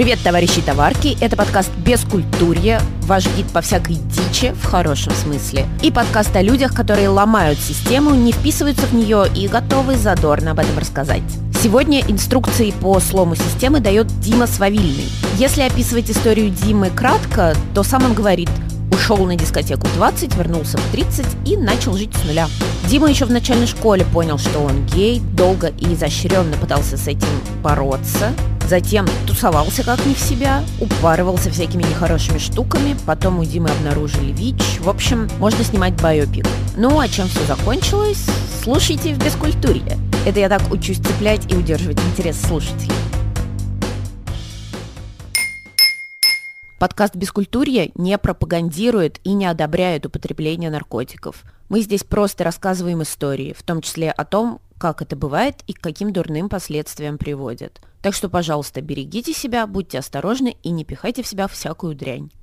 Привет, товарищи и товарки, это подкаст «Бескультурье», ваш гид по всякой дичи, в хорошем смысле. И подкаст о людях, которые ломают систему, не вписываются в нее и готовы задорно об этом рассказать. Сегодня инструкции по слому системы дает Дима Свавильный. Если описывать историю Димы кратко, то сам он говорит: ушел на дискотеку в 20, вернулся в 30 и начал жить с нуля. Дима еще в начальной школе понял, что он гей, долго и изощренно пытался с этим бороться. Затем тусовался как не в себя, упарывался всякими нехорошими штуками, потом у Димы обнаружили ВИЧ. В общем, можно снимать байопик. Ну, а чем все закончилось, слушайте в «Бескультурье». Это я так учусь цеплять и удерживать интерес слушателей. Подкаст «Бескультурье» не пропагандирует и не одобряет употребление наркотиков. Мы здесь просто рассказываем истории, в том числе о том, как это бывает и к каким дурным последствиям приводит. Так что, пожалуйста, берегите себя, будьте осторожны и не пихайте в себя всякую дрянь.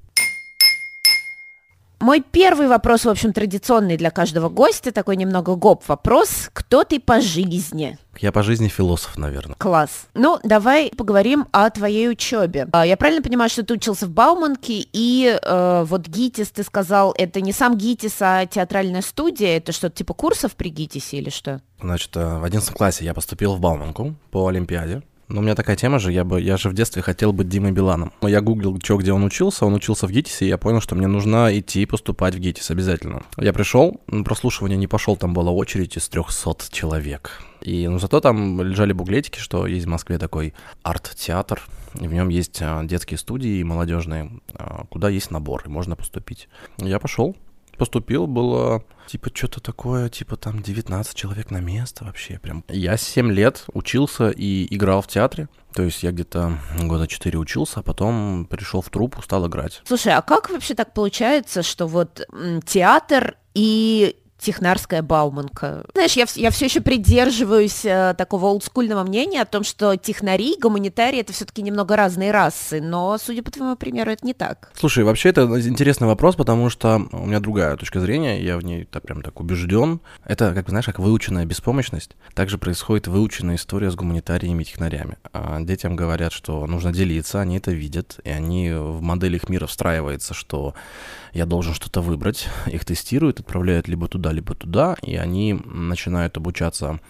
Мой первый вопрос, в общем, традиционный для каждого гостя, такой немного гоп-вопрос. Кто ты по жизни? Я по жизни философ, наверное. Класс. Ну, давай поговорим о твоей учебе. Я правильно понимаю, что ты учился в Бауманке, и вот ГИТИС, ты сказал, это не сам ГИТИС, а театральная студия? Это что-то типа курсов при ГИТИСе или что? Значит, в 11 классе я поступил в Бауманку по Олимпиаде. Но у меня такая тема же, я же в детстве хотел быть Димой Биланом. Я гуглил, где он учился в ГИТИСе, и я понял, что мне нужно идти поступать в ГИТИС обязательно. Я пришел, на прослушивание не пошел, там была очередь из 300 человек. Зато там лежали буклетики, что есть в Москве такой арт-театр, и в нем есть детские студии молодежные, куда есть набор, и можно поступить. Я пошел. Поступил, было что-то такое, там 19 человек на место вообще прям. Я 7 лет учился и играл в театре, то есть я где-то года 4 учился, а потом пришел в труппу, стал играть. Слушай, а как вообще так получается, что вот театр и технарская Бауманка? Знаешь, я все еще придерживаюсь такого олдскульного мнения о том, что технари и гуманитарии — это все-таки немного разные расы, но, судя по твоему примеру, это не так. Слушай, вообще это интересный вопрос, потому что у меня другая точка зрения, я в ней прям так убежден. Это, как выученная беспомощность. Также происходит выученная история с гуманитариями и технарями. Детям говорят, что нужно делиться, они это видят, и они в модель их мира встраивается, что я должен что-то выбрать, их тестируют, отправляют либо туда, и они начинают обучаться,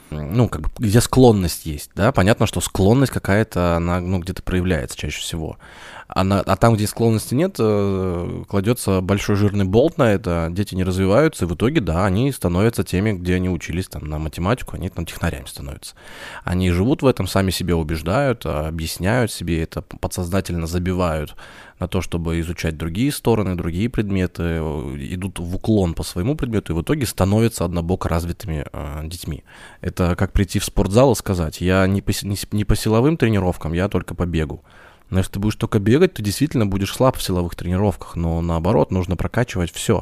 где склонность есть, да, понятно, что склонность какая-то, она, где-то проявляется чаще всего, а там, где склонности нет, кладется большой жирный болт на это, дети не развиваются, и в итоге, да, они становятся теми, где они учились там на математику, они там технарями становятся. Они живут в этом, сами себя убеждают, объясняют себе это, подсознательно забивают на то, чтобы изучать другие стороны, другие предметы, идут в уклон по своему предмету и в итоге становятся однобоко развитыми детьми. Это как прийти в спортзал и сказать: я не по силовым тренировкам, я только по бегу. Но если ты будешь только бегать, ты действительно будешь слаб в силовых тренировках, но наоборот, нужно прокачивать все.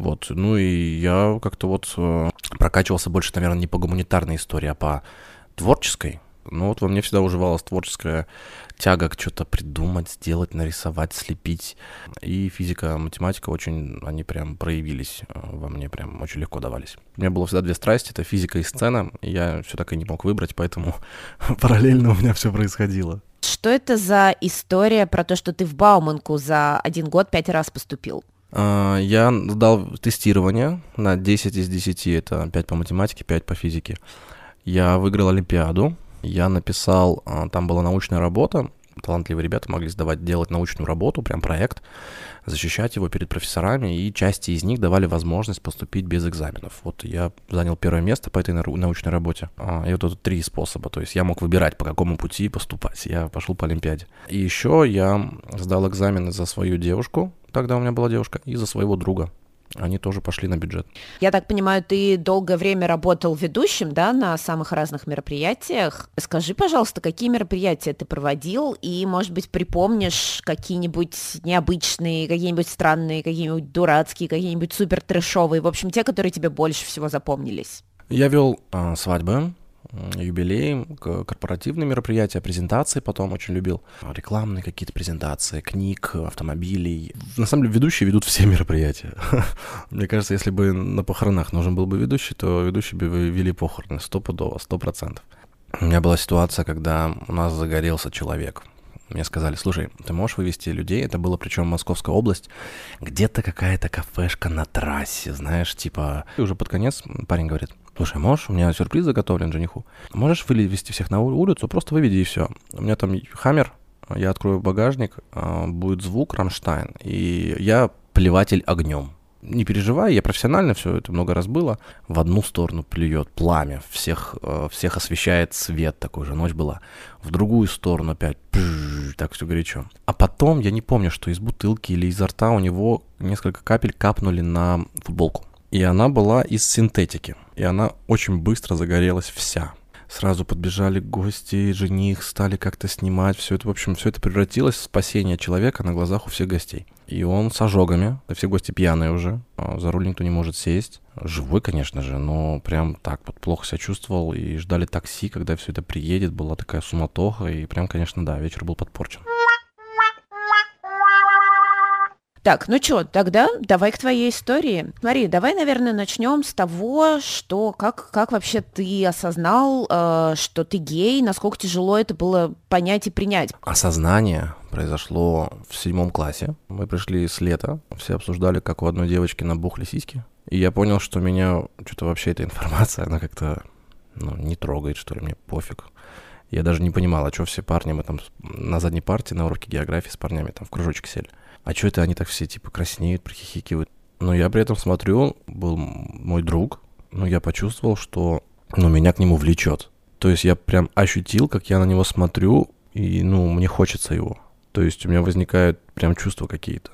И я как-то прокачивался больше, наверное, не по гуманитарной истории, а по творческой. Во мне всегда уживалась творческая тяга к что-то придумать, сделать, нарисовать, слепить. И физика, математика они прям проявились во мне, прям очень легко давались. У меня было всегда две страсти, это физика и сцена, и я все так и не мог выбрать, поэтому параллельно у меня все происходило. Что это за история про то, что ты в Бауманку за 1 год 5 раз поступил? Я сдал тестирование на 10 из 10, это 5 по математике, 5 по физике. Я выиграл Олимпиаду. Я написал, там была научная работа, талантливые ребята могли делать научную работу, прям проект, защищать его перед профессорами, и части из них давали возможность поступить без экзаменов. Я занял 1 место по этой научной работе. И это 3 способа, то есть я мог выбирать, по какому пути поступать. Я пошел по Олимпиаде. И еще я сдал экзамены за свою девушку, тогда у меня была девушка, и за своего друга. Они тоже пошли на бюджет. Я так понимаю, ты долгое время работал ведущим, да, на самых разных мероприятиях. Скажи, пожалуйста, какие мероприятия ты проводил, и, может быть, припомнишь какие-нибудь необычные, какие-нибудь странные, какие-нибудь дурацкие, какие-нибудь супер трэшовые, в общем, те, которые тебе больше всего запомнились. Я вел свадьбы, юбилеи, корпоративные мероприятия, презентации потом очень любил. Рекламные какие-то презентации, книг, автомобилей. На самом деле ведущие ведут все мероприятия. Мне кажется, если бы на похоронах нужен был бы ведущий, то ведущие бы вели похороны 100%. У меня была ситуация, когда у нас загорелся человек. Мне сказали, слушай, ты можешь вывести людей, это было причем Московская область, где-то какая-то кафешка на трассе, знаешь, типа... И уже под конец парень говорит, слушай, можешь, у меня сюрприз заготовлен жениху, можешь вывести всех на улицу, просто выведи и все. У меня там хаммер, я открою багажник, будет звук Рамштайн, и я плеватель огнем. Не переживай, я профессионально, все это много раз было. В одну сторону плюет пламя, всех освещает свет, такой же ночь была. В другую сторону опять так все горячо. А потом, я не помню, что из бутылки или изо рта у него несколько капель капнули на футболку. И она была из синтетики. И она очень быстро загорелась вся. Сразу подбежали гости, жених, стали как-то снимать. Все это, в общем, все это превратилось в спасение человека на глазах у всех гостей. И он с ожогами, все гости пьяные уже, за руль никто не может сесть. Живой, конечно же, но прям так вот плохо себя чувствовал. И ждали такси, когда все это приедет. Была такая суматоха, и прям, конечно, да, вечер был подпорчен. Так, ну что, тогда давай к твоей истории. Смотри, давай, наверное, начнем с того, что как вообще ты осознал, что ты гей, насколько тяжело это было понять и принять. Осознание произошло в 7 классе. Мы пришли с лета, все обсуждали, как у одной девочки набухли сиськи. И я понял, что меня что-то вообще эта информация, она как-то не трогает, что ли, мне пофиг. Я даже не понимал, а что все парни, мы там на задней парте на уроке географии с парнями там в кружочек сели. А что это они так все типа краснеют, прихихикивают? Но я при этом смотрю, был мой друг, я почувствовал, что меня к нему влечет. То есть я прям ощутил, как я на него смотрю, и мне хочется его. То есть у меня возникают прям чувства какие-то.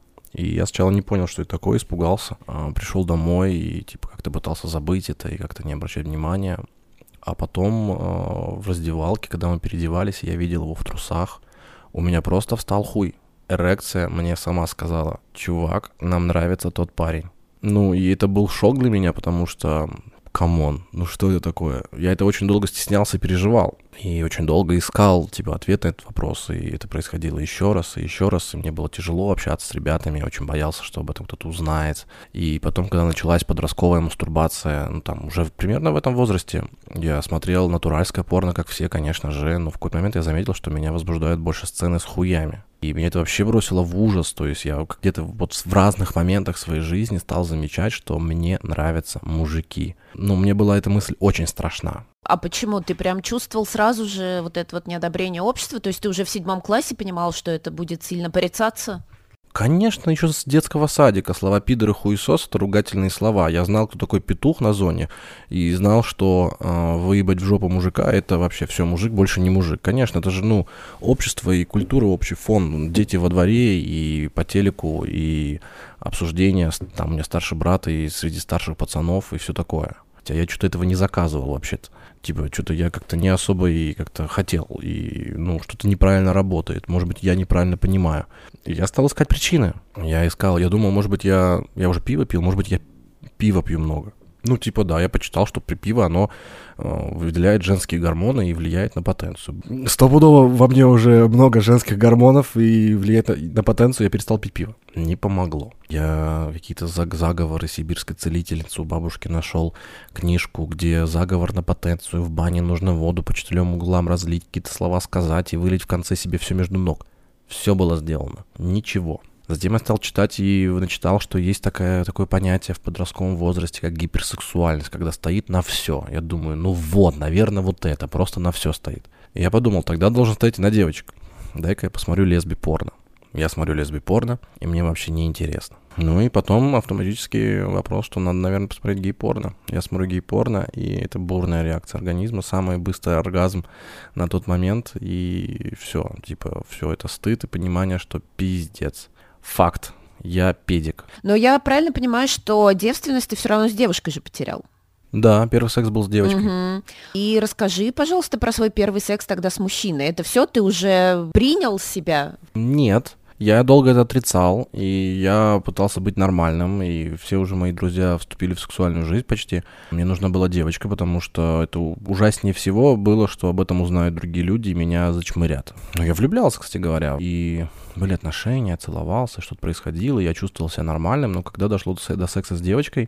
И я сначала не понял, что это такое, испугался. Пришел домой и типа как-то пытался забыть это и как-то не обращать внимания. А потом в раздевалке, когда мы переодевались, я видел его в трусах. У меня просто встал хуй. Эрекция мне сама сказала, чувак, нам нравится тот парень. И это был шок для меня, потому что, камон, что это такое? Я это очень долго стеснялся и переживал. И очень долго искал, ответ на этот вопрос. И это происходило еще раз. И мне было тяжело общаться с ребятами. Я очень боялся, что об этом кто-то узнает. И потом, когда началась подростковая мастурбация, уже примерно в этом возрасте, я смотрел натуральское порно, как все, конечно же. Но в какой-то момент я заметил, что меня возбуждают больше сцены с хуями. И меня это вообще бросило в ужас. То есть я где-то в разных моментах своей жизни стал замечать, что мне нравятся мужики. Мне была эта мысль очень страшна. А почему? Ты прям чувствовал сразу же вот это неодобрение общества? То есть ты уже в 7 классе понимал, что это будет сильно порицаться? Конечно, еще с детского садика. Слова «пидор» и «хуесос» — это ругательные слова. Я знал, кто такой петух на зоне, и знал, что выебать в жопу мужика — это вообще все, мужик больше не мужик. Конечно, это же, общество и культура, общий фон. Дети во дворе и по телеку, и обсуждения. Там у меня старший брат, и среди старших пацанов, и все такое. Хотя я что-то этого не заказывал вообще-то. Что-то я как-то не особо и как-то хотел. И, что-то неправильно работает. Может быть, я неправильно понимаю. И я стал искать причины. Я думал, может быть, я уже пиво пил, может быть, я пиво пью много. Да, я почитал, что пиво, оно выделяет женские гормоны и влияет на потенцию. Стопудово во мне уже много женских гормонов и влияет на потенцию, я перестал пить пиво. Не помогло. Я какие-то заговоры сибирской целительницы у бабушки нашел книжку, где заговор на потенцию, в бане нужно воду по 4 углам разлить, какие-то слова сказать и вылить в конце себе все между ног. Все было сделано. Ничего. Затем я стал читать и начитал, что есть такое понятие в подростковом возрасте, как гиперсексуальность, когда стоит на все. Я думаю, наверное, вот это, просто на все стоит. И я подумал, тогда должен стоять и на девочек. Дай-ка я посмотрю лесби-порно. Я смотрю лесби-порно, и мне вообще не интересно. И потом автоматически вопрос, что надо, наверное, посмотреть гей-порно. Я смотрю гей-порно, и это бурная реакция организма, самый быстрый оргазм на тот момент, и все, все это стыд и понимание, что пиздец. Факт. Я педик. Но я правильно понимаю, что девственность ты все равно с девушкой же потерял? Да, первый секс был с девочкой. Угу. И расскажи, пожалуйста, про свой первый секс тогда с мужчиной. Это все ты уже принял себя? Нет. Я долго это отрицал, и я пытался быть нормальным, и все уже мои друзья вступили в сексуальную жизнь почти. Мне нужна была девочка, потому что это ужаснее всего было, что об этом узнают другие люди и меня зачмырят. Но я влюблялся, кстати говоря, и были отношения, целовался, что-то происходило, я чувствовал себя нормальным, но когда дошло до секса с девочкой,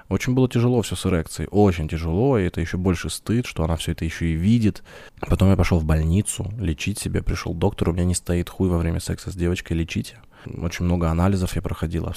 Очень было тяжело все с эрекцией, очень тяжело, и это еще больше стыд, что она все это еще и видит. Потом я пошел в больницу лечить себя, пришел к доктору, у меня не стоит хуй во время секса с девочкой, лечите. Очень много анализов я проходил,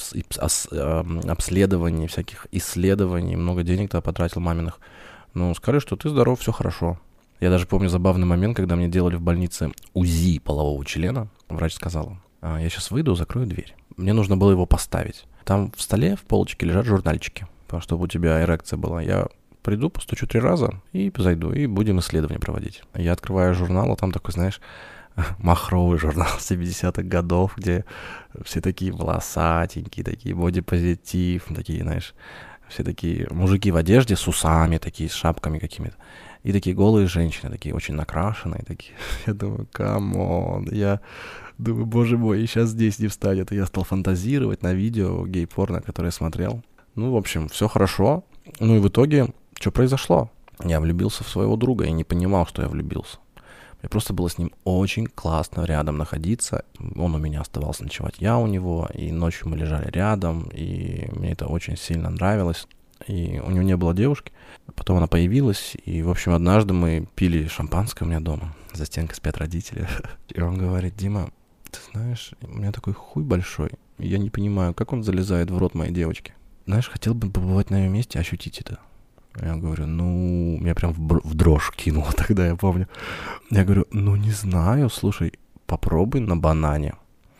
обследований, всяких исследований, много денег тогда потратил маминых. Ну, сказали, что ты здоров, все хорошо. Я даже помню забавный момент, когда мне делали в больнице УЗИ полового члена. Врач сказал: я сейчас выйду, закрою дверь. Мне нужно было его поставить. Там в столе, в полочке лежат журнальчики, чтобы у тебя эрекция была. Я приду, постучу 3 раза и зайду, и будем исследования проводить. Я открываю журнал, а там такой, знаешь, махровый журнал 70-х годов, где все такие волосатенькие, такие бодипозитив, такие, знаешь, все такие мужики в одежде с усами, такие, с шапками какими-то. И такие голые женщины, такие очень накрашенные, такие. Я думаю, камон, я думаю, боже мой, и сейчас здесь не встанет. И я стал фантазировать на видео гей-порно, которое я смотрел. Ну, в общем, все хорошо. Ну и в итоге, что произошло? Я влюбился в своего друга и не понимал, что я влюбился. Мне просто было с ним очень классно рядом находиться. Он у меня оставался ночевать, я у него. И ночью мы лежали рядом, и мне это очень сильно нравилось. И у него не было девушки. Потом она появилась, и, в общем, однажды мы пили шампанское у меня дома. За стенкой спят родители. И он говорит: Дима, ты знаешь, у меня такой хуй большой. Я не понимаю, как он залезает в рот моей девочки. Знаешь, хотел бы побывать на ее месте, ощутить это. Я говорю, ну, меня прям в дрожь кинуло тогда, я помню. Я говорю, ну, не знаю, слушай, попробуй на банане.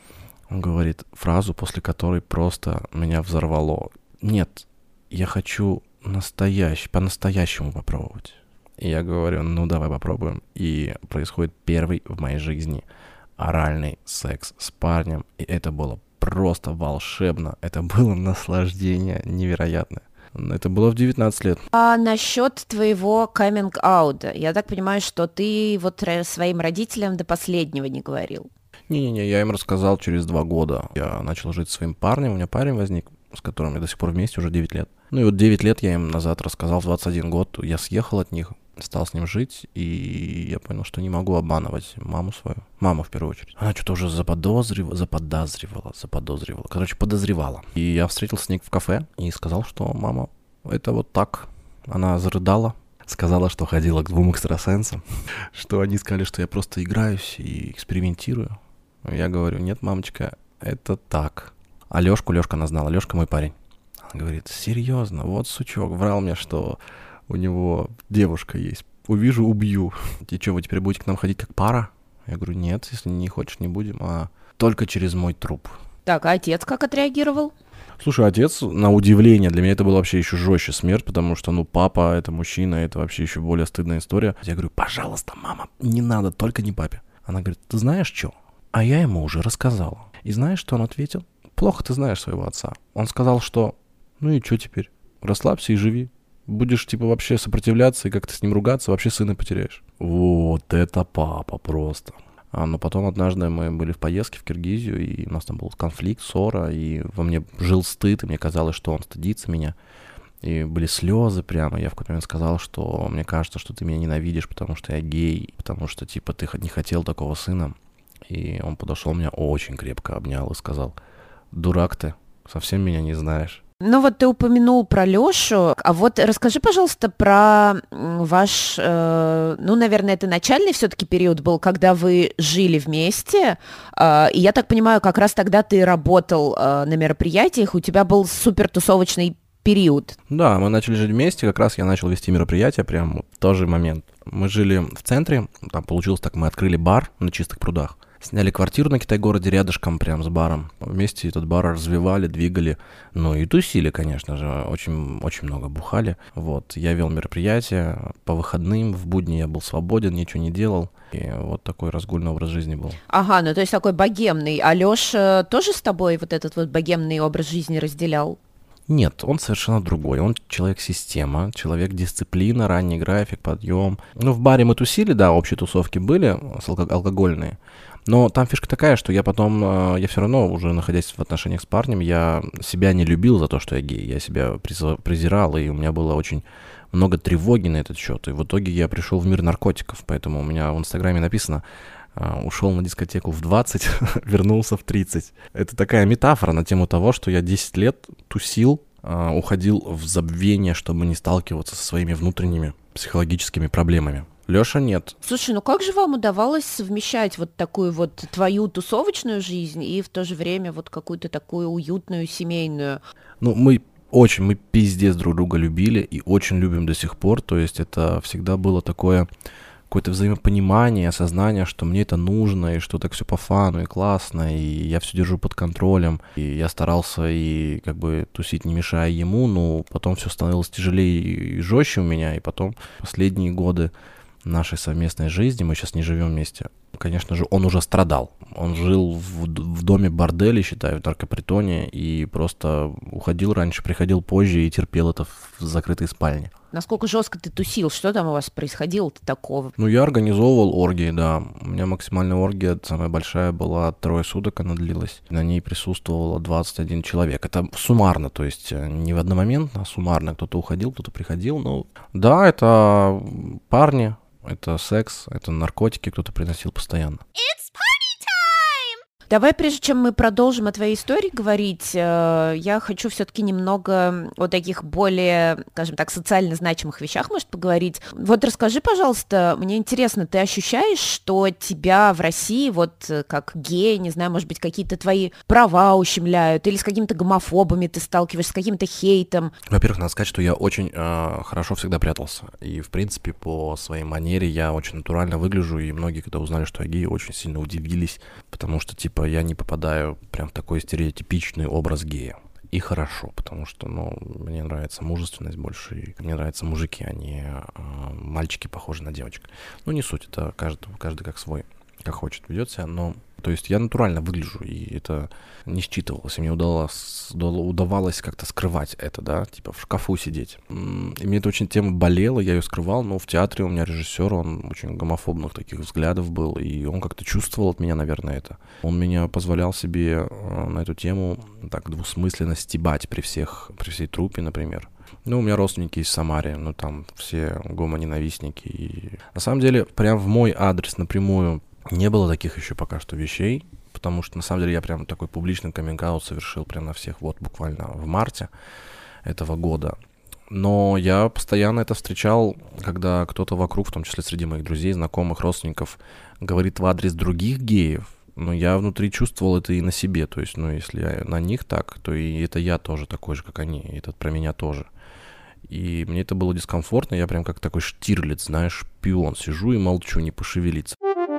Он говорит фразу, после которой просто меня взорвало. Нет, я хочу по-настоящему попробовать. И я говорю, ну, давай попробуем. И происходит первый в моей жизни оральный секс с парнем. И это было просто волшебно. Это было наслаждение невероятное. Это было в 19 лет. А насчет твоего каминг-аута, я так понимаю, что ты вот своим родителям до последнего не говорил? Не-не-не, я им рассказал через 2 года. Я начал жить со своим парнем, у меня парень возник, с которым я до сих пор вместе уже 9 лет. Ну и вот 9 лет я им назад рассказал, в 21 год я съехал от них, стал с ним жить, и я понял, что не могу обманывать маму свою. Маму в первую очередь. Она что-то уже заподозривала. Короче, подозревала. И я встретился с ней в кафе и сказал, что мама, это вот так. Она зарыдала. Сказала, что ходила к 2 экстрасенсам. Что они сказали, что я просто играюсь и экспериментирую. Я говорю, нет, мамочка, это так. А Лёшка она знала. Лёшка мой парень. Она говорит, серьезно, вот сучок врал мне, что у него девушка есть. Увижу, убью. И что, вы теперь будете к нам ходить как пара? Я говорю, нет, если не хочешь, не будем, а только через мой труп. Так, а отец как отреагировал? Слушай, отец, на удивление, для меня это было вообще еще жестче смерть, потому что, ну, папа, это мужчина, это вообще еще более стыдная история. Я говорю, пожалуйста, мама, не надо, только не папе. Она говорит, ты знаешь что? А я ему уже рассказала. И знаешь, что он ответил? Плохо ты знаешь своего отца. Он сказал, что, ну и что теперь? Расслабься и живи. Будешь, типа, вообще сопротивляться и как-то с ним ругаться, вообще сына потеряешь. Вот это папа просто. Но потом однажды мы были в поездке в Киргизию, и у нас там был конфликт, ссора, и во мне жил стыд, и мне казалось, что он стыдится меня. И были слезы прямо. Я в какой-то момент сказал, что мне кажется, что ты меня ненавидишь, потому что я гей, потому что, типа, ты не хотел такого сына. И он подошел, меня очень крепко обнял и сказал, дурак ты, совсем меня не знаешь. Ну вот ты упомянул про Лёшу, а вот расскажи, пожалуйста, про ваш, ну, наверное, это начальный все-таки период был, когда вы жили вместе, и я так понимаю, как раз тогда ты работал на мероприятиях, у тебя был супертусовочный период. Да, мы начали жить вместе, как раз я начал вести мероприятия прямо в тот же момент. Мы жили в центре, там получилось так, мы открыли бар на Чистых прудах. Сняли квартиру на Китай-городе рядышком, прям с баром. Вместе этот бар развивали, двигали. Ну и тусили, конечно же. Очень, очень много бухали. Вот. Я вел мероприятия по выходным. В будни я был свободен, ничего не делал. И вот такой разгульный образ жизни был. Ага, ну то есть такой богемный. А Лёша тоже с тобой вот этот вот богемный образ жизни разделял? Нет, он совершенно другой. Он человек-система, человек-дисциплина, ранний график, подъем. Ну, в баре мы тусили, да, общие тусовки были, алкогольные. Но там фишка такая, что я потом, я все равно, уже находясь в отношениях с парнем, я себя не любил за то, что я гей. Я себя презирал, и у меня было очень много тревоги на этот счет. И в итоге я пришел в мир наркотиков, поэтому у меня в Инстаграме написано, ушел на дискотеку в 20, вернулся в 30. Это такая метафора на тему того, что я 10 лет тусил уходил в забвение, чтобы не сталкиваться со своими внутренними психологическими проблемами. Лёша нет. Слушай, ну как же вам удавалось совмещать вот такую вот твою тусовочную жизнь и в то же время вот какую-то такую уютную семейную? Ну, мы пиздец друг друга любили и очень любим до сих пор. То есть это всегда было такое какое-то взаимопонимание, осознание, что мне это нужно, и что так все по фану, и классно, и я все держу под контролем. И я старался и как бы тусить, не мешая ему, но потом все становилось тяжелее и жестче у меня, и потом последние годы нашей совместной жизни, мы сейчас не живем вместе, конечно же, он уже страдал. Он жил в доме борделе, считаю, в наркопритоне, и просто уходил раньше, приходил позже и терпел это в закрытой спальне. Насколько жестко ты тусил? Что там у вас происходило-то такого? Ну, я организовывал оргии, да. У меня максимальная оргия, самая большая, была 3 суток, она длилась. На ней присутствовало 21 человек. Это суммарно, то есть не в одномоментно, а суммарно. Кто-то уходил, кто-то приходил. Ну, да, это парни, это секс, это наркотики, кто-то приносил постоянно. Давай, прежде чем мы продолжим о твоей истории говорить, я хочу все-таки немного о таких более, скажем так, социально значимых вещах, может, поговорить. Вот расскажи, пожалуйста, мне интересно, ты ощущаешь, что тебя в России, вот как гей, не знаю, может быть, какие-то твои права ущемляют, или с какими-то гомофобами ты сталкиваешься, с каким-то хейтом? Во-первых, надо сказать, что я очень хорошо всегда прятался. И, в принципе, по своей манере я очень натурально выгляжу, и многие, когда узнали, что я гей, очень сильно удивились, потому что, типа, я не попадаю прям в такой стереотипичный образ гея. И хорошо, потому что, ну, мне нравится мужественность больше, и мне нравятся мужики, а не мальчики, похожие на девочек. Ну, не суть, это каждый как свой, как хочет ведет себя, но... То есть я натурально выгляжу, и это не считывалось, и мне удавалось как-то скрывать это, да, типа в шкафу сидеть. И мне эта очень тема болела, я ее скрывал, но в театре у меня режиссер, он очень гомофобных таких взглядов был, и он как-то чувствовал от меня, наверное, это. Он меня позволял себе на эту тему так двусмысленно стебать при всей труппе, например. Ну, у меня родственники из Самары, ну, там все гомоненавистники, и на самом деле прям в мой адрес напрямую не было таких еще пока что вещей, потому что, на самом деле, я прям такой публичный каминг-аут совершил прям на всех, вот, буквально в марте этого года. Но я постоянно это встречал, когда кто-то вокруг, в том числе среди моих друзей, знакомых, родственников, говорит в адрес других геев, но я внутри чувствовал это и на себе, то есть, ну, если я на них так, то и это я тоже такой же, как они, и это про меня тоже. И мне это было дискомфортно, я прям как такой Штирлиц, знаешь, шпион, сижу и молчу, не пошевелиться.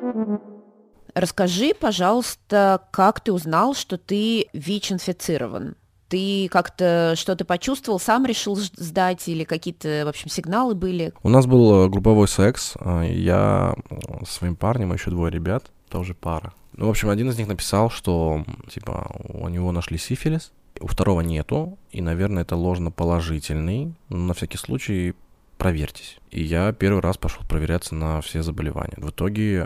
Расскажи, пожалуйста, как ты узнал, что ты ВИЧ-инфицирован? Ты как-то что-то почувствовал, сам решил сдать или какие-то, в общем, сигналы были? У нас был групповой секс, я со своим парнем, еще 2 ребят, тоже пара. Ну, в общем, один из них написал, что, типа, у него нашли сифилис, у второго нету, и, наверное, это ложноположительный, но на всякий случай проверьтесь. И я первый раз пошел проверяться на все заболевания. В итоге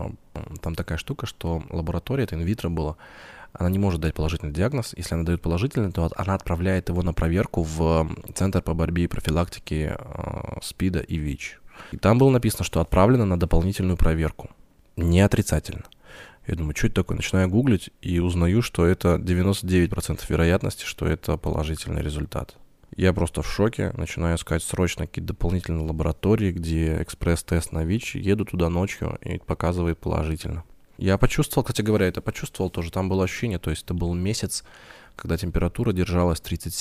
там такая штука, что лаборатория, это инвитро было, она не может дать положительный диагноз. Если она дает положительный, то она отправляет его на проверку в Центр по борьбе и профилактике СПИДа и ВИЧ. И там было написано, что отправлено на дополнительную проверку. Не отрицательно. Я думаю, что это такое? Начинаю гуглить и узнаю, что это 99% вероятности, что это положительный результат. Я просто в шоке, начинаю искать срочно какие-то дополнительные лаборатории, где экспресс-тест на ВИЧ, еду туда ночью и показывает положительно. Я почувствовал, кстати говоря, это почувствовал тоже, там было ощущение, то есть это был месяц, когда температура держалась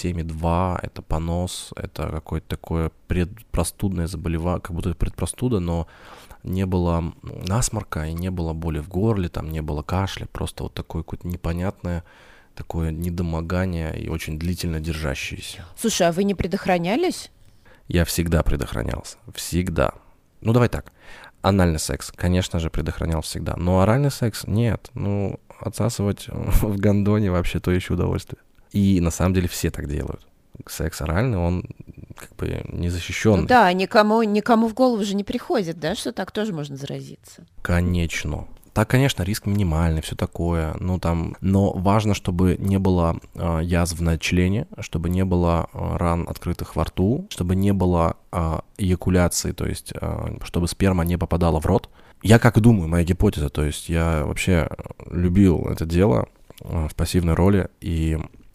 37,2, это понос, это какое-то такое предпростудное заболевание, как будто это предпростуда, но не было насморка и не было боли в горле, там не было кашля, просто вот такое какое-то непонятное, такое недомогание и очень длительно держащееся. Слушай, а вы не предохранялись? Я всегда предохранялся. Всегда. Ну, давай так. Анальный секс, конечно же, предохранял всегда. Но оральный секс нет. Ну, отсасывать в гондоне вообще то еще удовольствие. И на самом деле все так делают. Секс оральный, он как бы незащищенный. Ну да, никому в голову же не приходит, да, что так тоже можно заразиться. Конечно. Так, конечно, риск минимальный, все такое, но важно, чтобы не было язв на члене, чтобы не было ран, открытых во рту, чтобы не было эякуляции, то есть чтобы сперма не попадала в рот. Я как думаю, моя гипотеза, то есть я вообще любил это дело в пассивной роли, и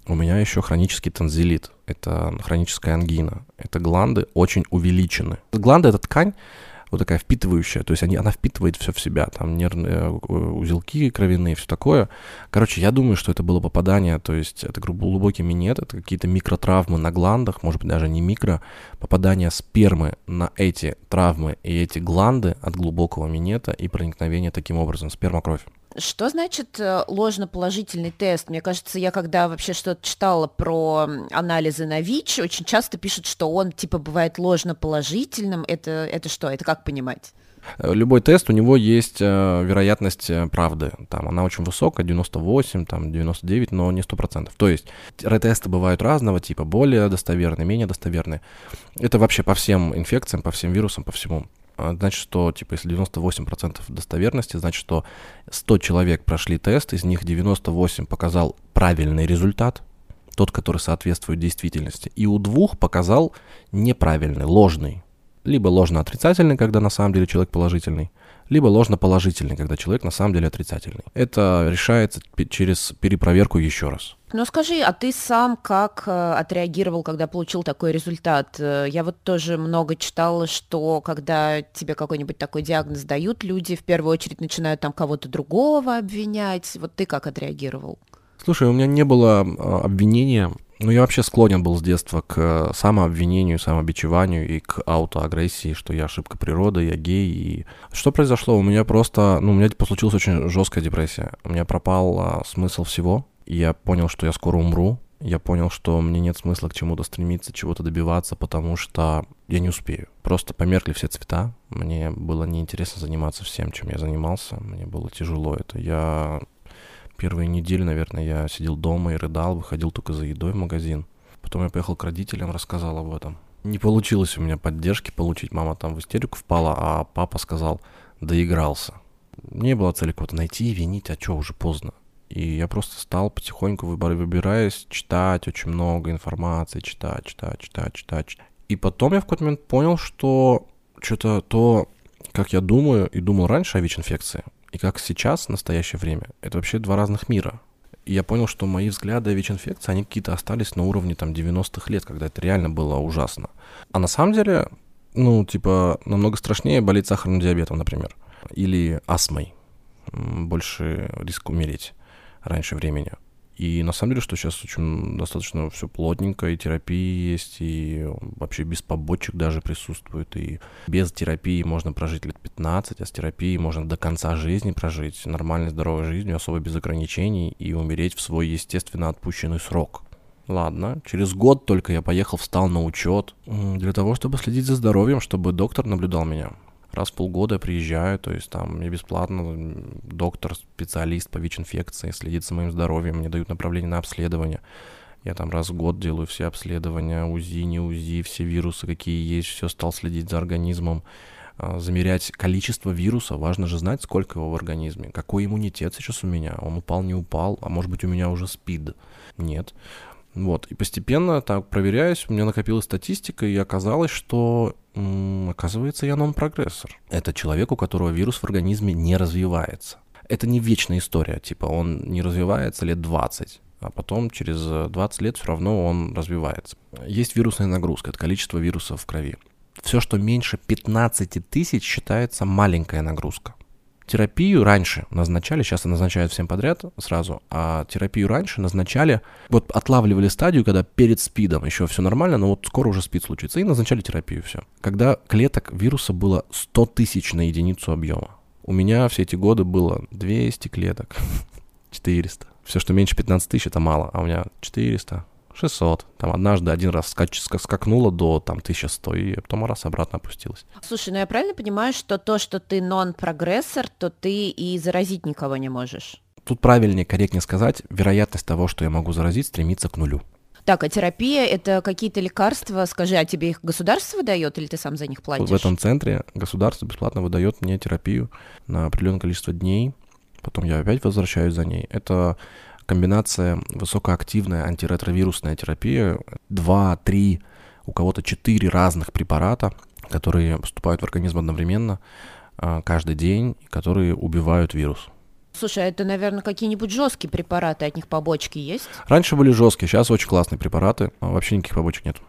У меня еще хронический танзелит. Это хроническая ангина. Это гланды очень увеличены. Гланды — это ткань вот такая впитывающая, то есть она впитывает все в себя, там нервные узелки кровяные, все такое. Короче, я думаю, что это было попадание, то есть это глубокий минет, это какие-то микротравмы на гландах, может быть, даже не микро, попадание спермы на эти травмы и эти гланды от глубокого минета и проникновение таким образом сперма-кровь. Что значит ложноположительный тест? Мне кажется, я когда вообще что-то читала про анализы на ВИЧ, очень часто пишут, что он типа бывает ложноположительным. Это что? Это как понимать? Любой тест, у него есть вероятность правды. Там она очень высокая, 98, там 99, но не 100%. То есть тесты бывают разного типа, более достоверные, менее достоверные. Это вообще по всем инфекциям, по всем вирусам, по всему. Значит, что, типа, если 98% достоверности, значит, что 100 человек прошли тест, из них 98 показал правильный результат, тот, который соответствует действительности, и у 2 показал неправильный, ложный. Либо ложно-отрицательный, когда на самом деле человек положительный, либо ложно-положительный, когда человек на самом деле отрицательный. Это решается через перепроверку еще раз. Ну скажи, а ты сам как отреагировал, когда получил такой результат? Я вот тоже много читала, что когда тебе какой-нибудь такой диагноз дают, люди в первую очередь начинают там кого-то другого обвинять. Вот ты как отреагировал? Слушай, у меня не было обвинения. Ну, я вообще склонен был с детства к самообвинению, самобичеванию и к аутоагрессии, что я ошибка природы, я гей. И что произошло? У меня случилась очень жесткая депрессия. У меня пропал смысл всего. Я понял, что я скоро умру. Я понял, что мне нет смысла к чему-то стремиться, чего-то добиваться, потому что я не успею. Просто померкли все цвета. Мне было неинтересно заниматься всем, чем я занимался. Мне было тяжело это. Первые недели, наверное, я сидел дома и рыдал, выходил только за едой в магазин. Потом я поехал к родителям, рассказал об этом. Не получилось у меня поддержки получить, мама там в истерику впала, а папа сказал, доигрался. Не было цели кого-то найти и винить, а что, уже поздно. И я просто стал потихоньку, выбираясь, читать очень много информации, читать. И потом я в какой-то момент понял, что что-то то, как я думаю и думал раньше о ВИЧ-инфекции, и как сейчас, в настоящее время, это вообще два разных мира. И я понял, что мои взгляды о ВИЧ-инфекции, они какие-то остались на уровне там 90-х лет, когда это реально было ужасно. А на самом деле, намного страшнее болеть сахарным диабетом, например, или астмой. Больше риск умереть раньше времени. И на самом деле, что сейчас очень достаточно все плотненько, и терапии есть, и вообще без побочек даже присутствует, и без терапии можно прожить лет 15, а с терапией можно до конца жизни прожить нормальной, здоровой жизнью, особо без ограничений, и умереть в свой естественно отпущенный срок. Ладно, через год только я встал на учет для того, чтобы следить за здоровьем, чтобы доктор наблюдал меня. Раз в полгода я приезжаю, то есть там мне бесплатно доктор, специалист по ВИЧ-инфекции следит за моим здоровьем, мне дают направление на обследование. Я там раз в год делаю все обследования, УЗИ, не УЗИ, все вирусы, какие есть, все стал следить за организмом, замерять количество вируса, важно же знать, сколько его в организме, какой иммунитет сейчас у меня, он упал, не упал, а может быть у меня уже СПИД, нет. Вот, и постепенно так проверяюсь, у меня накопилась статистика, и оказалось, что, оказывается, я нон-прогрессор. Это человек, у которого вирус в организме не развивается. Это не вечная история, типа он не развивается лет 20, а потом через 20 лет все равно он развивается. Есть вирусная нагрузка, это количество вирусов в крови. Все, что меньше 15 тысяч, считается маленькая нагрузка. Терапию раньше назначали, сейчас назначают всем подряд сразу, а терапию раньше назначали, вот отлавливали стадию, когда перед СПИДом еще все нормально, но вот скоро уже СПИД случится, и назначали терапию, все. Когда клеток вируса было 100 тысяч на единицу объема. У меня все эти годы было 200 клеток, 400. Все, что меньше 15 тысяч, это мало, а у меня 400. 600. Там однажды один раз скакнуло до там 1100, и потом раз обратно опустилась. Слушай, я правильно понимаю, что то, что ты нон-прогрессор, то ты и заразить никого не можешь? Тут правильнее, корректнее сказать, вероятность того, что я могу заразить, стремится к нулю. Так, а терапия — это какие-то лекарства? Скажи, а тебе их государство выдает или ты сам за них платишь? В этом центре государство бесплатно выдает мне терапию на определенное количество дней, потом я опять возвращаюсь за ней. Это комбинация высокоактивная антиретровирусная терапия, 2-3, у кого-то 4 разных препарата, которые поступают в организм одновременно каждый день, которые убивают вирус. Слушай, а это, наверное, какие-нибудь жесткие препараты, от них побочки есть? Раньше были жесткие, сейчас очень классные препараты, вообще никаких побочек нет.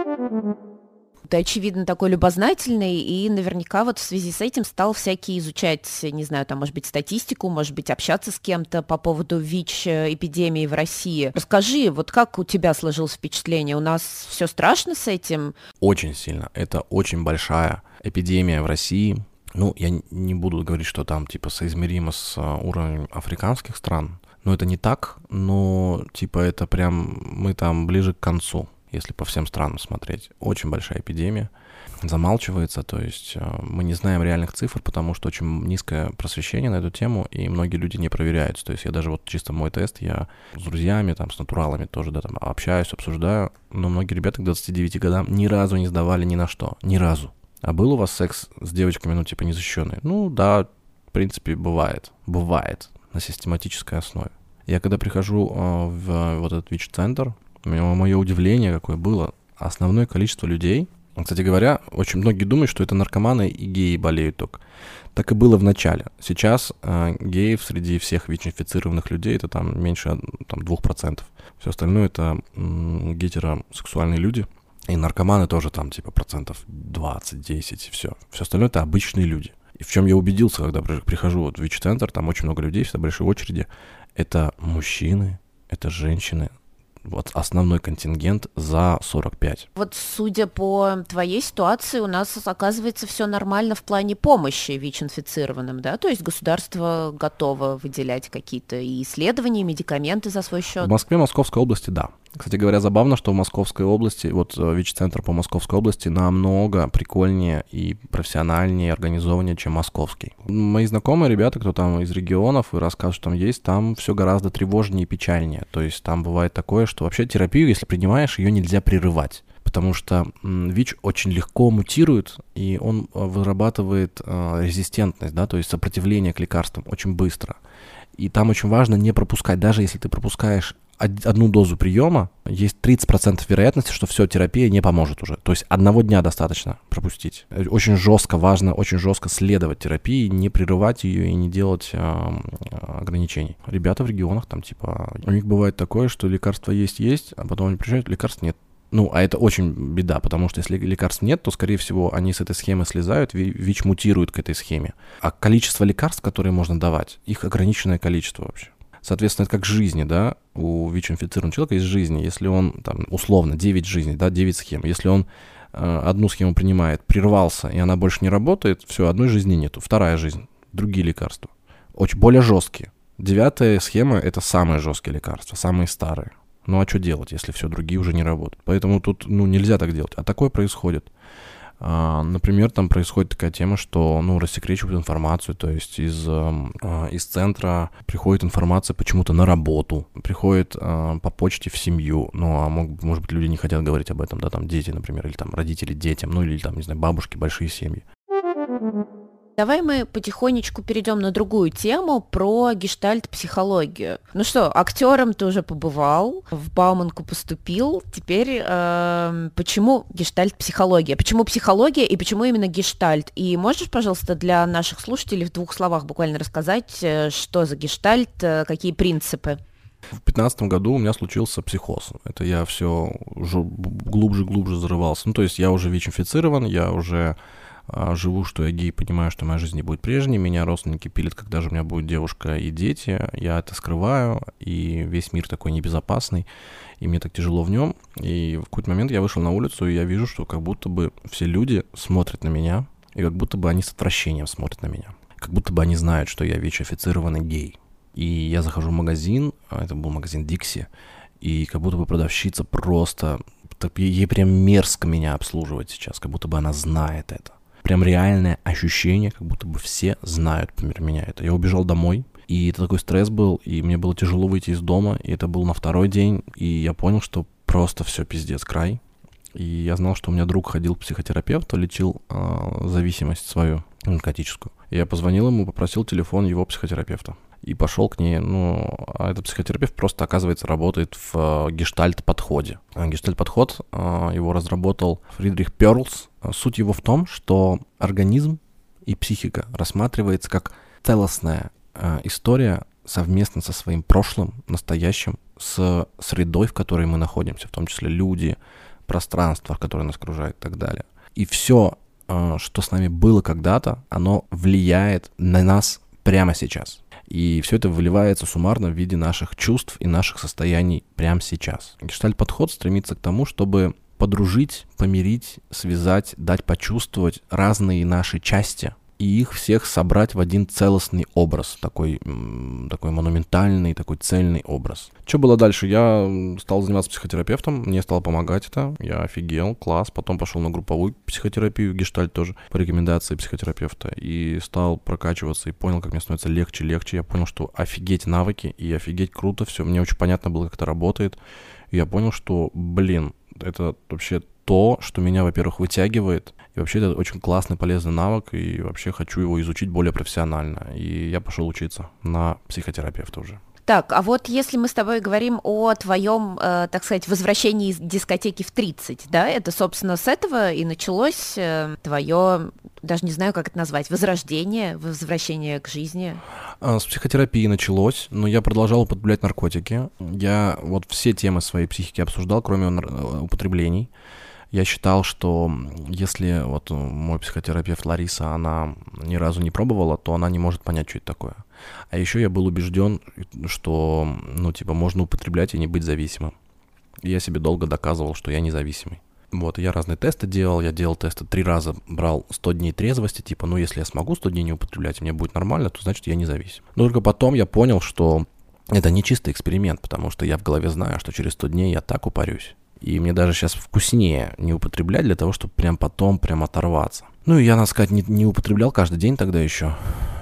Ты, очевидно, такой любознательный, и наверняка вот в связи с этим стал всякие изучать, не знаю, там, может быть, статистику, может быть, общаться с кем-то по поводу ВИЧ-эпидемии в России. Расскажи, вот как у тебя сложилось впечатление? У нас все страшно с этим? Очень сильно. Это очень большая эпидемия в России. Ну, я не буду говорить, что там, типа, соизмеримо с уровнем африканских стран. Но это не так, но, типа, это прям мы там ближе к концу. Если по всем странам смотреть. Очень большая эпидемия. Замалчивается, то есть мы не знаем реальных цифр, потому что очень низкое просвещение на эту тему, и многие люди не проверяются. То есть я даже вот чисто мой тест, я с друзьями, там, с натуралами тоже, да, там, общаюсь, обсуждаю, но многие ребята к 29 годам ни разу не сдавали ни на что, ни разу. А был у вас секс с девочками, ну, типа, незащищенный? Ну, да, в принципе, бывает на систематической основе. Я когда прихожу в вот этот ВИЧ-центр, мое удивление какое было. Основное количество людей, кстати говоря, очень многие думают, что это наркоманы и геи болеют только. Так и было в начале. Сейчас геев среди всех ВИЧ-инфицированных людей это там меньше там, 2%. Все остальное это гетеросексуальные люди. И наркоманы тоже там типа 20-10%, все. Все остальное это обычные люди. И в чем я убедился, когда прихожу вот в ВИЧ-центр, там очень много людей, всегда большие очереди. Это мужчины, это женщины. Вот основной контингент за 45. Вот судя по твоей ситуации, у нас, оказывается, все нормально в плане помощи ВИЧ-инфицированным, да? То есть государство готово выделять какие-то исследования, медикаменты за свой счет? В Москве, Московской области, да. Кстати говоря, забавно, что в Московской области, вот ВИЧ-центр по Московской области намного прикольнее и профессиональнее, организованнее, чем московский. Мои знакомые ребята, кто там из регионов и рассказывают, что там есть, там все гораздо тревожнее и печальнее. То есть там бывает такое, что вообще терапию, если принимаешь, ее нельзя прерывать. Потому что ВИЧ очень легко мутирует, и он вырабатывает резистентность, да, то есть сопротивление к лекарствам очень быстро. И там очень важно не пропускать, даже если ты пропускаешь одну дозу приема, есть 30% вероятности, что все, терапия не поможет уже. То есть одного дня достаточно пропустить. Очень жестко, важно очень жестко следовать терапии, не прерывать ее и не делать ограничений. Ребята в регионах там типа, у них бывает такое, что лекарства есть, а потом они приезжают, лекарств нет. Ну, а это очень беда, потому что если лекарств нет, то, скорее всего, они с этой схемы слезают, ВИЧ мутирует к этой схеме. А количество лекарств, которые можно давать, их ограниченное количество вообще. Соответственно, это как жизни, да, у ВИЧ-инфицированного человека есть жизни. Если он, там, условно, 9 жизней, да, 9 схем. Если он одну схему принимает, прервался, и она больше не работает, все, одной жизни нету. Вторая жизнь, другие лекарства. Очень более жесткие. 9-я схема — это самые жесткие лекарства, самые старые. Ну, а что делать, если все, другие уже не работают? Поэтому тут, нельзя так делать. А такое происходит. Например, там происходит такая тема, что, рассекречивают информацию, то есть из центра приходит информация почему-то на работу, приходит по почте в семью, может быть, люди не хотят говорить об этом, да, там дети, например, или там родители детям, или там, не знаю, бабушки, большие семьи. Давай мы потихонечку перейдем на другую тему про гештальт-психологию. Ну что, актером ты уже побывал, в Бауманку поступил. Теперь почему гештальт-психология? Почему психология и почему именно гештальт? И можешь, пожалуйста, для наших слушателей в 2 словах буквально рассказать, что за гештальт, какие принципы? В 2015 году у меня случился психоз. Это я все уже глубже зарывался. То есть я уже ВИЧ-инфицирован, я уже живу, что я гей, понимаю, что моя жизнь не будет прежней, меня родственники пилят, когда же у меня будет девушка и дети, я это скрываю, и весь мир такой небезопасный, и мне так тяжело в нем, и в какой-то момент я вышел на улицу, и я вижу, что как будто бы все люди смотрят на меня, и как будто бы они с отвращением смотрят на меня, как будто бы они знают, что я ВИЧ-инфицированный гей. И я захожу в магазин, это был магазин Dixie, и как будто бы продавщица просто, ей прям мерзко меня обслуживать сейчас, как будто бы она знает это. Прям реальное ощущение, как будто бы все знают про меня это. Я убежал домой, и это такой стресс был, и мне было тяжело выйти из дома, и это был на 2-й день, и я понял, что просто все пиздец, край. И я знал, что у меня друг ходил к психотерапевту, лечил зависимость свою наркотическую. И я позвонил ему, попросил телефон его психотерапевта. И пошел к ней, а этот психотерапевт просто, оказывается, работает в гештальт-подходе. Гештальт-подход его разработал Фридрих Перлс. Суть его в том, что организм и психика рассматривается как целостное история совместно со своим прошлым, настоящим, с средой, в которой мы находимся, в том числе люди, пространство, которое нас окружает и так далее. И все, что с нами было когда-то, оно влияет на нас прямо сейчас. И все это выливается суммарно в виде наших чувств и наших состояний прямо сейчас. Гештальт-подход стремится к тому, чтобы подружить, помирить, связать, дать почувствовать разные наши части и их всех собрать в один целостный образ, такой монументальный, такой цельный образ. Что было дальше? Я стал заниматься психотерапевтом, мне стало помогать это, я офигел, класс, потом пошел на групповую психотерапию, гештальт тоже, по рекомендации психотерапевта, и стал прокачиваться, и понял, как мне становится легче, я понял, что офигеть навыки, и офигеть круто, все, мне очень понятно было, как это работает, и я понял, что, это вообще то, что меня, во-первых, вытягивает, и вообще это очень классный, полезный навык, и вообще хочу его изучить более профессионально. И я пошел учиться на психотерапевта уже. Так, а вот если мы с тобой говорим о твоем, так сказать, возвращении из дискотеки в 30, да, это, собственно, с этого и началось твое, даже не знаю, как это назвать, возрождение, возвращение к жизни? С психотерапии началось, но я продолжал употреблять наркотики. Я вот все темы своей психики обсуждал, кроме употреблений. Я считал, что если вот мой психотерапевт Лариса, она ни разу не пробовала, то она не может понять, что это такое. А еще я был убежден, что, можно употреблять и не быть зависимым. И я себе долго доказывал, что я независимый. Вот, я разные тесты делал, я делал тесты 3 раза, брал 100 дней трезвости, если я смогу 100 дней не употреблять, и мне будет нормально, то значит я независим. Но только потом я понял, что это не чистый эксперимент, потому что я в голове знаю, что через 100 дней я так упарюсь. И мне даже сейчас вкуснее не употреблять для того, чтобы потом оторваться. И я, надо сказать, не употреблял каждый день тогда еще.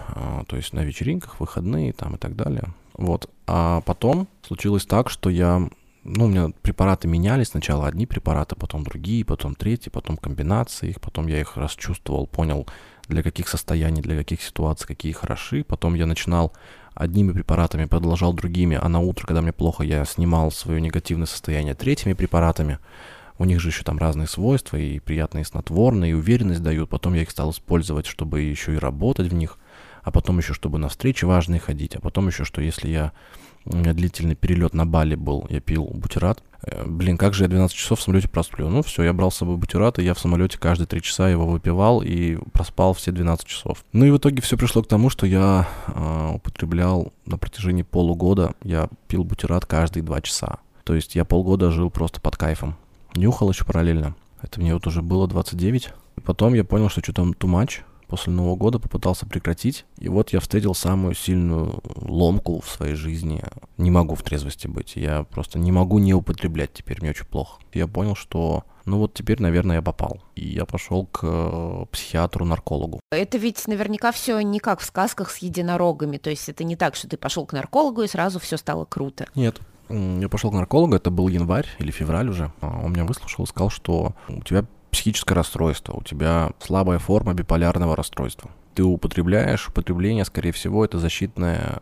То есть на вечеринках, выходные и так далее. Вот. А потом случилось так, что у меня препараты менялись. Сначала одни препараты, потом другие, потом третьи, потом комбинации их. Потом я их расчувствовал, понял, для каких состояний, для каких ситуаций, какие хороши. Потом я начинал одними препаратами, продолжал другими, а на утро, когда мне плохо, я снимал свое негативное состояние третьими препаратами. У них же еще там разные свойства, и приятные снотворные, и уверенность дают. Потом я их стал использовать, чтобы еще и работать в них, а потом еще, чтобы на встречи важные ходить, а потом еще, что если у меня длительный перелет на Бали был, я пил бутират. Как же я 12 часов в самолете просплю? Все, я брал с собой бутират, и я в самолете каждые 3 часа его выпивал и проспал все 12 часов. И в итоге все пришло к тому, что я употреблял на протяжении полугода, я пил бутират каждые 2 часа. То есть я полгода жил просто под кайфом. Нюхал еще параллельно. Это мне вот уже было 29. И потом я понял, что что-то too much. После Нового года попытался прекратить, и вот я встретил самую сильную ломку в своей жизни. Не могу в трезвости быть, я просто не могу не употреблять теперь, мне очень плохо. Я понял, что теперь, наверное, я попал. И я пошел к психиатру-наркологу. Это ведь наверняка все не как в сказках с единорогами, то есть это не так, что ты пошел к наркологу и сразу все стало круто. Нет. Я пошел к наркологу, это был январь или февраль уже. Он меня выслушал и сказал, что у тебя психическое расстройство, у тебя слабая форма биполярного расстройства. Ты употребляешь, употребление, скорее всего, это защитная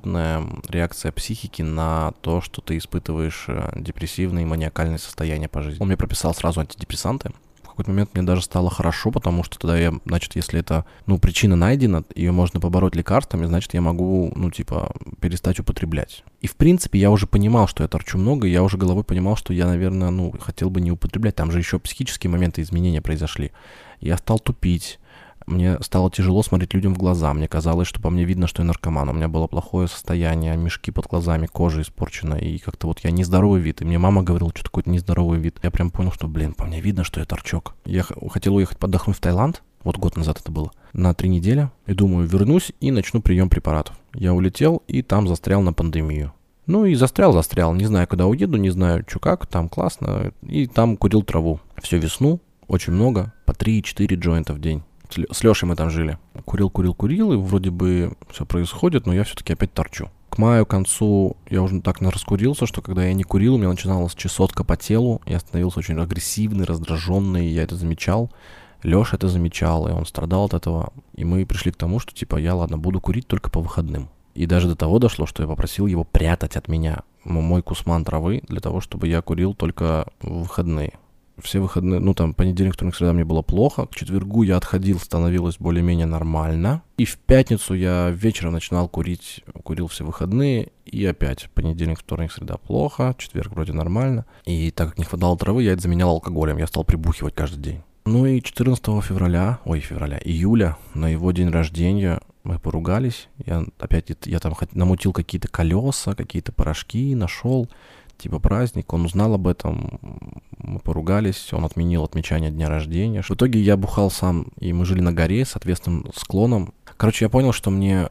реакция психики на то, что ты испытываешь депрессивные и маниакальные состояния по жизни. Он мне прописал сразу антидепрессанты. В какой-то момент мне даже стало хорошо, потому что тогда если это, причина найдена, ее можно побороть лекарствами, значит, я могу, перестать употреблять. И, в принципе, я уже понимал, что я торчу много, и я уже головой понимал, что я, наверное, хотел бы не употреблять. Там же еще психические моменты изменения произошли. Я стал тупить. Мне стало тяжело смотреть людям в глаза. Мне казалось, что по мне видно, что я наркоман. У меня было плохое состояние, мешки под глазами, кожа испорчена. И как-то я нездоровый вид. И мне мама говорила, что такое нездоровый вид. Я прям понял, что, по мне видно, что я торчок. Я хотел уехать отдохнуть в Таиланд. Вот год назад это было. На 3 недели. И думаю, вернусь и начну прием препаратов. Я улетел и там застрял на пандемию. И застрял. Не знаю, куда уеду, не знаю, что как. Там классно. И там курил траву. Всю весну. Очень много. По 3-4 джойнта в день. С Лешей мы там жили. Курил, и вроде бы все происходит, но я все-таки опять торчу. К маю, к концу я уже так раскурился, что когда я не курил, у меня начиналась чесотка по телу, я становился очень агрессивный, раздраженный, я это замечал. Леша это замечал, и он страдал от этого. И мы пришли к тому, что я, буду курить только по выходным. И даже до того дошло, что я попросил его прятать от меня мой кусман травы для того, чтобы я курил только в выходные. все выходные, ну там понедельник, вторник, среда мне было плохо, к четвергу я отходил, становилось более-менее нормально, и в пятницу я вечером начинал курил все выходные, и опять понедельник, вторник, среда плохо, четверг вроде нормально, и так как не хватало травы, я это заменял алкоголем, я стал прибухивать каждый день. Ну и 14 июля, на его день рождения, мы поругались, я там намутил какие-то колеса, какие-то порошки, нашел, типа праздник, он узнал об этом, мы поругались, он отменил отмечание дня рождения. В итоге я бухал сам, и мы жили на горе с ответственным склоном. Короче, я понял, что мне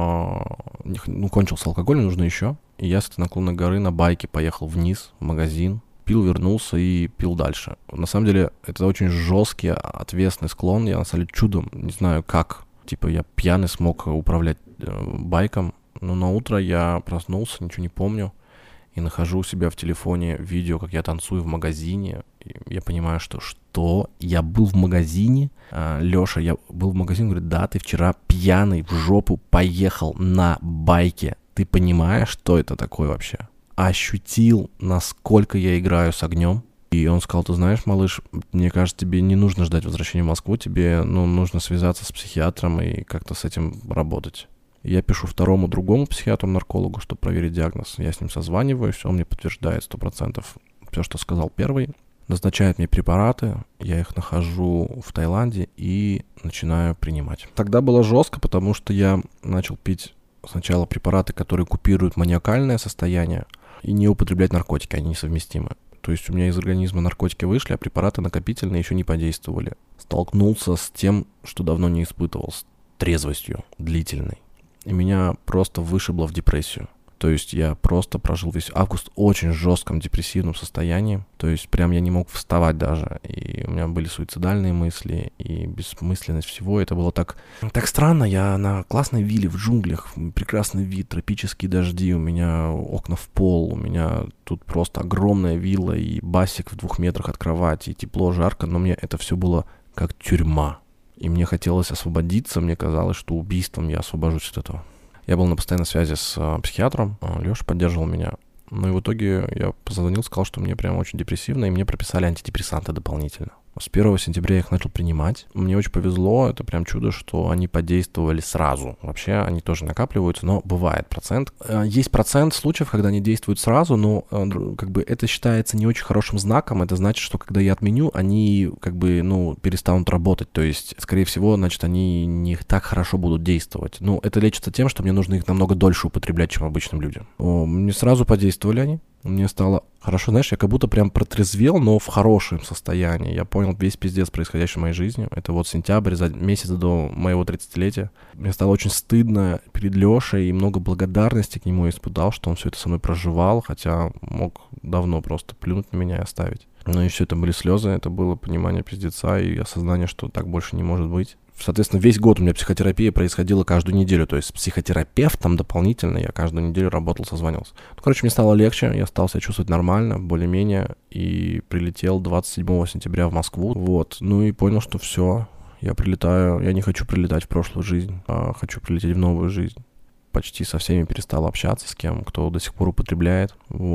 кончился алкоголь, мне нужно еще, и я с этой наклонной горы на байке поехал вниз, в магазин, пил, вернулся и пил дальше. На самом деле, это очень жесткий, ответственный склон, я на самом деле чудом, не знаю как, типа я пьяный смог управлять байком, но на утро я проснулся, ничего не помню, и нахожу у себя в телефоне видео, как я танцую в магазине. И я понимаю, что я был в магазине. Лёша, я был в магазине, говорит, да, ты вчера пьяный в жопу поехал на байке. Ты понимаешь, что это такое вообще? Ощутил, насколько я играю с огнем. И он сказал, ты знаешь, малыш, мне кажется, тебе не нужно ждать возвращения в Москву, тебе нужно связаться с психиатром и как-то с этим работать. Я пишу другому психиатру-наркологу, чтобы проверить диагноз. Я с ним созваниваюсь, он мне подтверждает 100% все, что сказал первый. Назначает мне препараты, я их нахожу в Таиланде и начинаю принимать. Тогда было жестко, потому что я начал пить сначала препараты, которые купируют маниакальное состояние, и не употреблять наркотики, они несовместимы. То есть у меня из организма наркотики вышли, а препараты накопительные еще не подействовали. Столкнулся с тем, что давно не испытывал, с трезвостью длительной. И меня просто вышибло в депрессию. То есть я просто прожил весь август в очень жестком депрессивном состоянии. То есть прям я не мог вставать даже. И у меня были суицидальные мысли и бессмысленность всего. Это было так странно. Я на классной вилле в джунглях. Прекрасный вид, тропические дожди. У меня окна в пол. У меня тут просто огромная вилла и басик в 2 метрах от кровати. И тепло, жарко. Но мне это все было как тюрьма. И мне хотелось освободиться, мне казалось, что убийством я освобожусь от этого. Я был на постоянной связи с психиатром, Лёша поддерживал меня. Ну и в итоге я позвонил, сказал, что мне прям очень депрессивно, и мне прописали антидепрессанты дополнительно. С 1 сентября я их начал принимать. Мне очень повезло, это прям чудо, что они подействовали сразу. Вообще они тоже накапливаются, но бывает процент. Есть процент случаев, когда они действуют сразу, но как бы это считается не очень хорошим знаком. Это значит, что когда я отменю, они как бы, перестанут работать. То есть, скорее всего, значит, они не так хорошо будут действовать. Это лечится тем, что мне нужно их намного дольше употреблять, чем обычным людям. Мне сразу подействовали они. Мне стало хорошо, знаешь, я как будто прям протрезвел, но в хорошем состоянии. Я понял весь пиздец, происходящий в моей жизни. Это вот сентябрь, за месяц до моего 30-летия. Мне стало очень стыдно перед Лешей, и много благодарности к нему испытал, что он все это со мной проживал, хотя мог давно просто плюнуть на меня и оставить. Ну и все это были слезы, это было понимание пиздеца и осознание, что так больше не может быть. Соответственно, весь год у меня психотерапия происходила каждую неделю. То есть с психотерапевтом дополнительно я каждую неделю работал, созванивался. Мне стало легче, я стал себя чувствовать нормально, более-менее. И прилетел 27 сентября в Москву. И понял, что все, я прилетаю. Я не хочу прилетать в прошлую жизнь, а хочу прилететь в новую жизнь. Почти со всеми перестал общаться, с кем, кто до сих пор употребляет.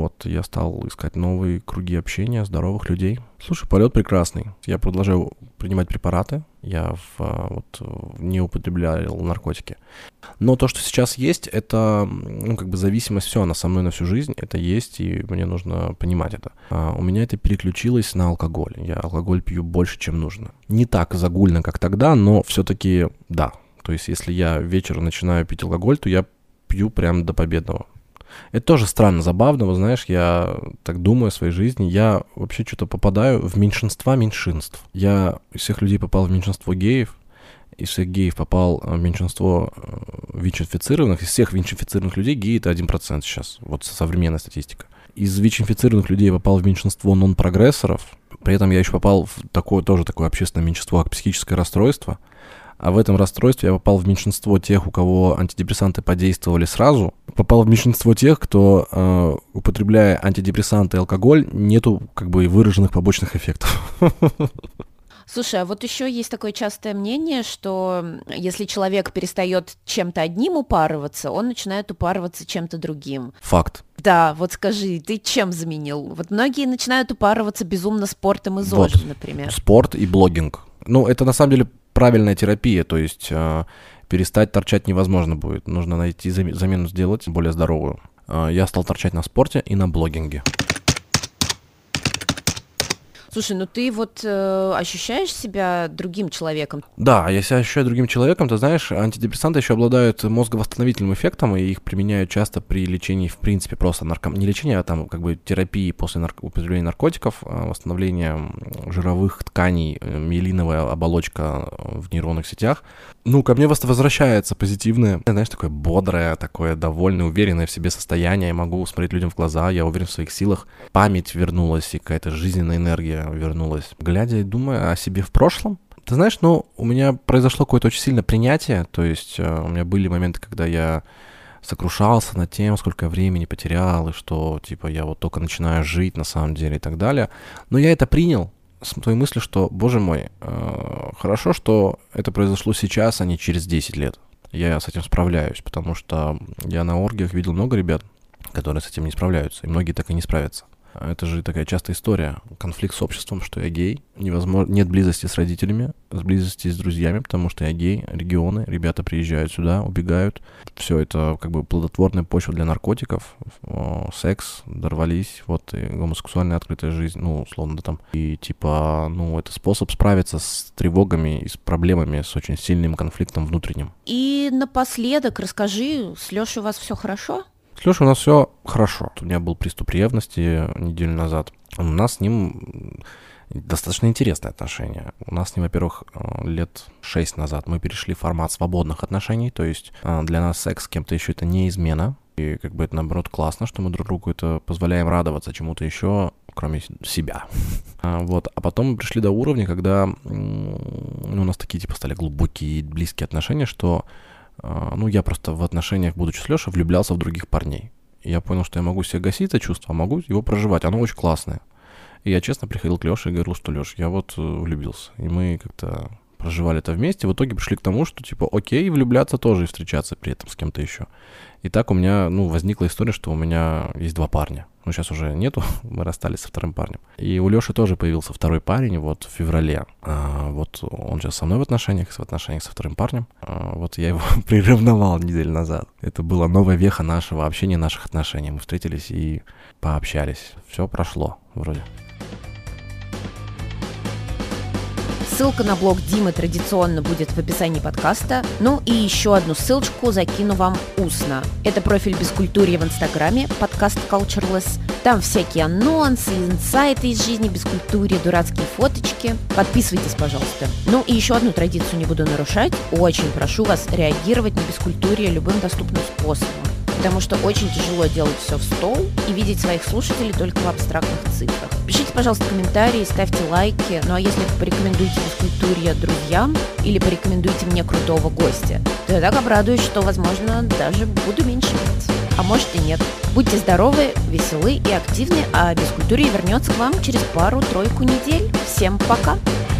Я стал искать новые круги общения, здоровых людей. Слушай, полет прекрасный. Я продолжаю принимать препараты. Я не употреблял наркотики. Но то, что сейчас есть, это, зависимость, все, она со мной на всю жизнь, это есть, и мне нужно понимать это. У меня это переключилось на алкоголь. Я алкоголь пью больше, чем нужно. Не так загульно, как тогда, но все-таки да. То есть, если я вечером начинаю пить алкоголь, то я пью прям до победного. Это тоже странно, забавно, знаешь, я так думаю о своей жизни, я вообще что-то попадаю в меньшинства меньшинств. Я из всех людей попал в меньшинство геев, из всех геев попал в меньшинство ВИЧ-инфицированных, из всех ВИЧ-инфицированных людей геи это 1% сейчас, современная статистика. Из ВИЧ-инфицированных людей я попал в меньшинство нон-прогрессоров, при этом я еще попал в такое общественное меньшинство, как психическое расстройство. А в этом расстройстве я попал в меньшинство тех, у кого антидепрессанты подействовали сразу. Попал в меньшинство тех, кто, употребляя антидепрессанты и алкоголь, нету выраженных побочных эффектов. Слушай, а еще есть такое частое мнение, что если человек перестает чем-то одним упарываться, он начинает упарываться чем-то другим. Факт. Да, вот скажи, ты чем заменил? Вот многие начинают упарываться безумно спортом и ЗОЖем, Вот. например. Спорт и блогинг. Ну, это на самом деле правильная терапия, то есть перестать торчать невозможно будет. Нужно найти замену сделать более здоровую. Я стал торчать на спорте и на блогинге. Слушай, ну ты вот ощущаешь себя другим человеком? Да, я себя ощущаю другим человеком. Ты знаешь, антидепрессанты еще обладают мозговосстановительным эффектом, и их применяют часто при лечении, в принципе, просто не лечения, а там как бы терапии после употребления наркотиков, восстановления жировых тканей, миелиновая оболочка в нейронных сетях. Ну, ко мне возвращается позитивное, знаешь, такое бодрое, такое довольное, уверенное в себе состояние. Я могу смотреть людям в глаза, я уверен в своих силах. Память вернулась, и какая-то жизненная энергия вернулась. Глядя и думая о себе в прошлом, ты знаешь, ну, у меня произошло какое-то очень сильное принятие, то есть у меня были моменты, когда я сокрушался над тем, сколько я времени потерял, и что, типа, я вот только начинаю жить на самом деле и так далее. Но я это принял с той мыслью, что, боже мой, хорошо, что это произошло сейчас, а не через 10 лет. Я с этим справляюсь, потому что я на оргиях видел много ребят, которые с этим не справляются, и многие так и не справятся. Это же такая частая история. Конфликт с обществом, что я гей. Невозможно, нет близости с родителями, с близости с друзьями, потому что я гей. Регионы, ребята приезжают сюда, убегают. Все это как бы плодотворная почва для наркотиков. Секс, дорвались, вот, и гомосексуальная открытая жизнь, ну, условно, да, там. И типа, ну, это способ справиться с тревогами и с проблемами, с очень сильным конфликтом внутренним. И напоследок расскажи, с Лешей у вас все хорошо? С Лешей у нас все хорошо. У меня был приступ ревности неделю назад. У нас с ним достаточно интересные отношения. У нас с ним, во-первых, лет 6 назад мы перешли в формат свободных отношений, то есть для нас секс с кем-то еще это не измена. И как бы это, наоборот, классно, что мы друг другу это позволяем радоваться чему-то еще, кроме себя. Вот. А потом мы пришли до уровня, когда у нас такие типа стали глубокие, близкие отношения, что ну, я просто в отношениях, будучи с Лешей, влюблялся в других парней. И я понял, что я могу себе гасить это чувство, а могу его проживать. Оно очень классное. И я честно приходил к Леше и говорил, что Леш, я вот влюбился. И мы как-то проживали это вместе. В итоге пришли к тому, что типа окей, влюбляться тоже и встречаться при этом с кем-то еще. И так у меня, ну, возникла история, что у меня есть 2 парня. Ну, сейчас уже нету, мы расстались со вторым парнем. И у Леши тоже появился второй парень вот в феврале. Вот он сейчас со мной в отношениях со вторым парнем. Вот я его приревновал неделю назад. Это была новая веха нашего общения, наших отношений. Мы встретились и пообщались. Все прошло вроде. Ссылка на блог Димы традиционно будет в описании подкаста. Ну и еще одну ссылочку закину вам устно. Это профиль Бескультурья в Инстаграме, подкаст Cultureless. Там всякие анонсы, инсайты из жизни Бескультурья, дурацкие фоточки. Подписывайтесь, пожалуйста. Ну и еще одну традицию не буду нарушать. Очень прошу вас реагировать на Бескультурье любым доступным способом. Потому что очень тяжело делать все в стол и видеть своих слушателей только в абстрактных цифрах. Пишите, пожалуйста, комментарии, ставьте лайки. Ну а если порекомендуете Бескультурье друзьям или порекомендуете мне крутого гостя, то я так обрадуюсь, что, возможно, даже буду меньше пить. А может и нет. Будьте здоровы, веселы и активны, а Бескультурье вернется к вам через пару-тройку недель. Всем пока!